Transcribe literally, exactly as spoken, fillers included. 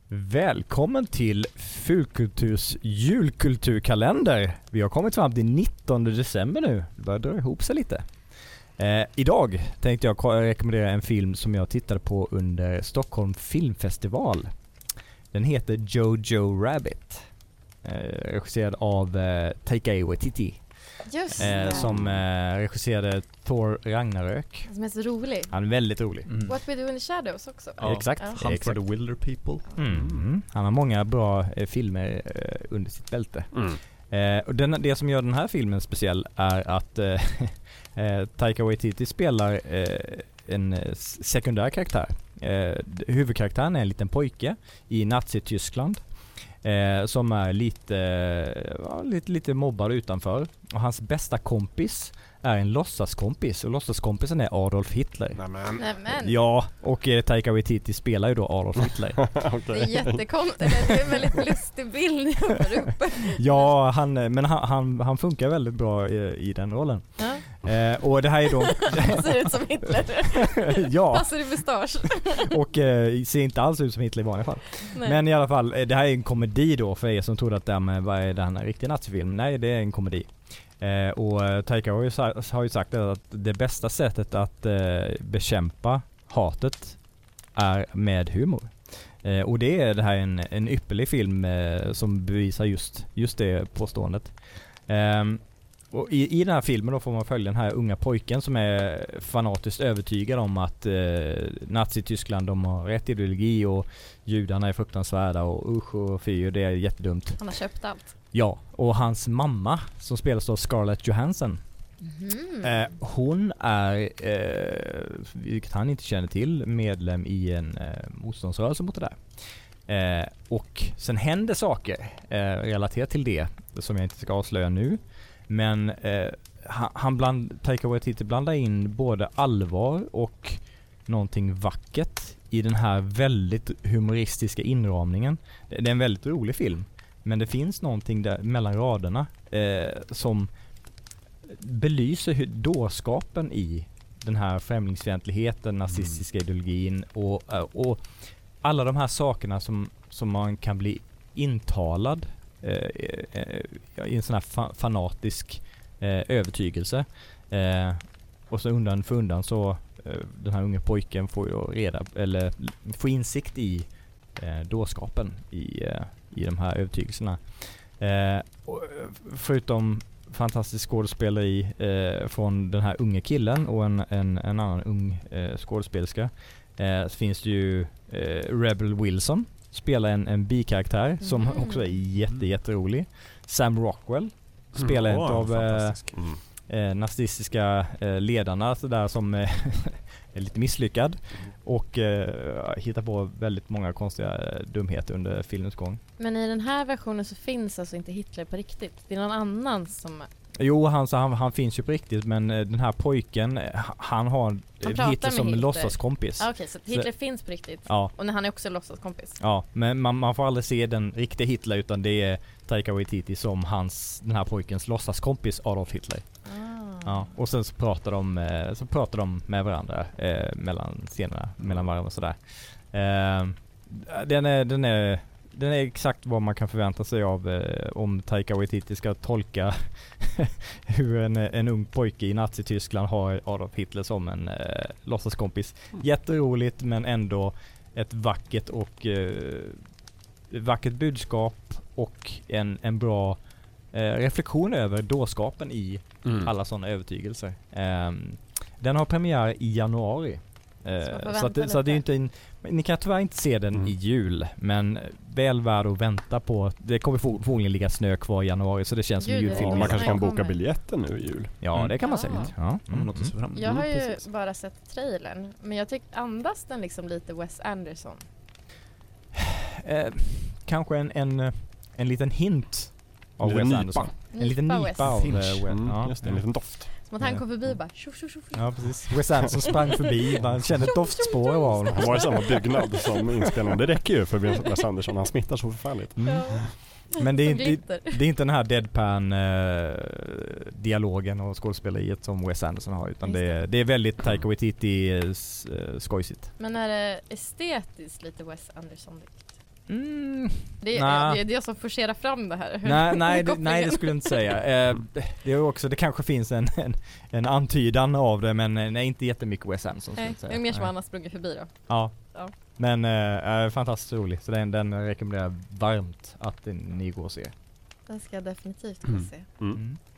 Välkommen till Fulkulturs julkulturkalender. Vi har kommit fram till nittonde december nu. Det börjar dra ihop sig lite. Eh, idag tänkte jag rekommendera en film som jag tittade på under Stockholm filmfestival. Den heter Jojo Rabbit. Eh, regisserad av eh, Taika Waititi. Just eh, som eh, regisserade Thor Ragnarök. Som är så rolig. Han är väldigt rolig. Mm. What We Do in the Shadows också. Ja, exakt. Ja. Hunt exakt. for the Wilder People. Mm. Mm. Han har många bra eh, filmer eh, under sitt bälte. Mm. Eh, och den, det som gör den här filmen speciell är att eh, eh, Taika Waititi spelar eh, en sekundär karaktär. Eh, huvudkaraktären är en liten pojke i Nazi-Tyskland eh, som är lite, ja, lite, lite mobbad utanför. Och hans bästa kompis är en låtsaskompis. Och låtsaskompisen är Adolf Hitler. Nämen. Nämen. Ja, och eh, Taika Waititi spelar ju då Adolf Hitler. Okay. Det är jättekonstigt. Det är en väldigt lustig bild jag får upp. Ja, han, men han, han, han funkar väldigt bra i, i den rollen. Ja. Eh, och det här är då... Han ser ut som Hitler. Ja, Passar i mustasch. och eh, ser inte alls ut som Hitler i vanliga fall. Nej. Men i alla fall, det här är en komedi då för er som trodde att det här med, vad är det här, en riktig nazifilm? Nej, det är en komedi. Eh, och eh, Taika har ju, har ju sagt att det bästa sättet att eh, bekämpa hatet är med humor. Eh, och det är det här en, en ypperlig film eh, som bevisar just, just det påståendet. Eh, och i, i den här filmen då får man följa den här unga pojken som är fanatiskt övertygad om att eh, Nazi-Tyskland, de har rätt ideologi och judarna är fruktansvärda och usch och fy och det är jättedumt. Han har köpt allt. Ja, och hans mamma som spelas av Scarlett Johansson. Mm. Eh, hon är, eh, vilket han inte känner till, medlem i en eh, motståndsrörelse mot det där. Eh, och sen händer saker eh, relaterat till det som jag inte ska avslöja nu. Men eh, han, han bland, Taika Waititi blandar in både allvar och någonting vackert i den här väldigt humoristiska inramningen. Det, det är en väldigt rolig film. Men det finns någonting där mellan raderna eh, som belyser hur dårskapen i den här främlingsfientligheten, nazistiska ideologin och, och alla de här sakerna som, som man kan bli intalad eh, eh, i en sån här fa- fanatisk eh, övertygelse. Eh, och så undan för undan så eh, den här unga pojken får ju reda eller får insikt i eh, dårskapen i eh, i de här övertygelserna. Eh, och förutom fantastisk skådespeleri eh, från den här unga killen och en, en, en annan ung eh, skådespelerska eh, så finns det ju eh, Rebel Wilson spelar en, en bikaraktär mm. som också är jätte, jätterolig. Sam Rockwell spelar mm. en oh, av eh, mm. eh, nazistiska eh, ledarna så där som eh, är lite misslyckad mm. och eh, hittar på väldigt många konstiga eh, dumheter under filmens gång. Men i den här versionen så finns alltså inte Hitler på riktigt. Det är någon annan som... Jo, han, så han, han finns ju på riktigt, men eh, den här pojken, eh, han har han Hitler som en låtsaskompis. Ah, Okej, okay, så Hitler så, finns på riktigt. Ja. Och han är också låtsaskompis. Ja, men man, man får aldrig se den riktiga Hitler utan det är Taika Waititi som hans, den här pojkens låtsaskompis Adolf Hitler. Ah. Ja, och sen så pratar de, eh, så pratar de med varandra eh, mellan scenerna, mellan varandra och sådär. Eh, den är, den är Den är exakt vad man kan förvänta sig av eh, om Taika Waititi ska tolka hur en, en ung pojke i Nazi-Tyskland har Adolf Hitler som en eh, låtsaskompis. Jätteroligt men ändå ett vackert och eh, vackert budskap och en, en bra eh, reflektion över dårskapen i mm. alla sådana övertygelser. Eh, den har premiär i januari. Så, så, att det, så att det är inte en, ni kan tyvärr inte se den mm. i jul, men väl värd att vänta på. Det kommer förmodligen ligga snö kvar i januari så det känns som en julfilm. Ja, man kanske kan boka biljetten nu i jul. Ja, mm. det kan man ja. säkert. Ja. Mm. Mm. Mm. Jag har ju Precis. bara sett trailern, men jag tycker andas den liksom lite Wes Anderson. Eh, kanske en, en, en liten hint av Wes nipa. Anderson. En liten Nipa nipa Wes. av Finch. Wes. Mm, Ja, just det, en liten doft. Som att han kom förbi bara tjoff, tjoff, tjoff. Ja, precis. Wes Anderson sprang förbi, man kände ett doftspår av honom. Han var i samma byggnad som inspelningen. Det räcker ju för Wes Anderson, han smittar så förfärligt. Mm. Ja. Men det är, inte, det är inte den här deadpan eh, dialogen och skådespeleriet som Wes Anderson har, utan det är, det är väldigt Taika Waititi eh, skojsigt. Men är det estetiskt lite Wes Anderson? Mm, Det är, Nä. det är det som forcerar fram det här. nej, nej, det, Kopplingen. nej, det skulle jag inte säga. Eh, det är också, det kanske finns en, en, en antydan av det, men eh, nej, inte jättemycket Wes Anderson. Nej, Säga. det är mer som Nej. han har sprungit förbi då. Ja. Ja. Men eh, fantastiskt rolig, så den, den rekommenderar jag varmt att ni går och ser. Den ska jag definitivt gå Mm. och se. Mm. Mm.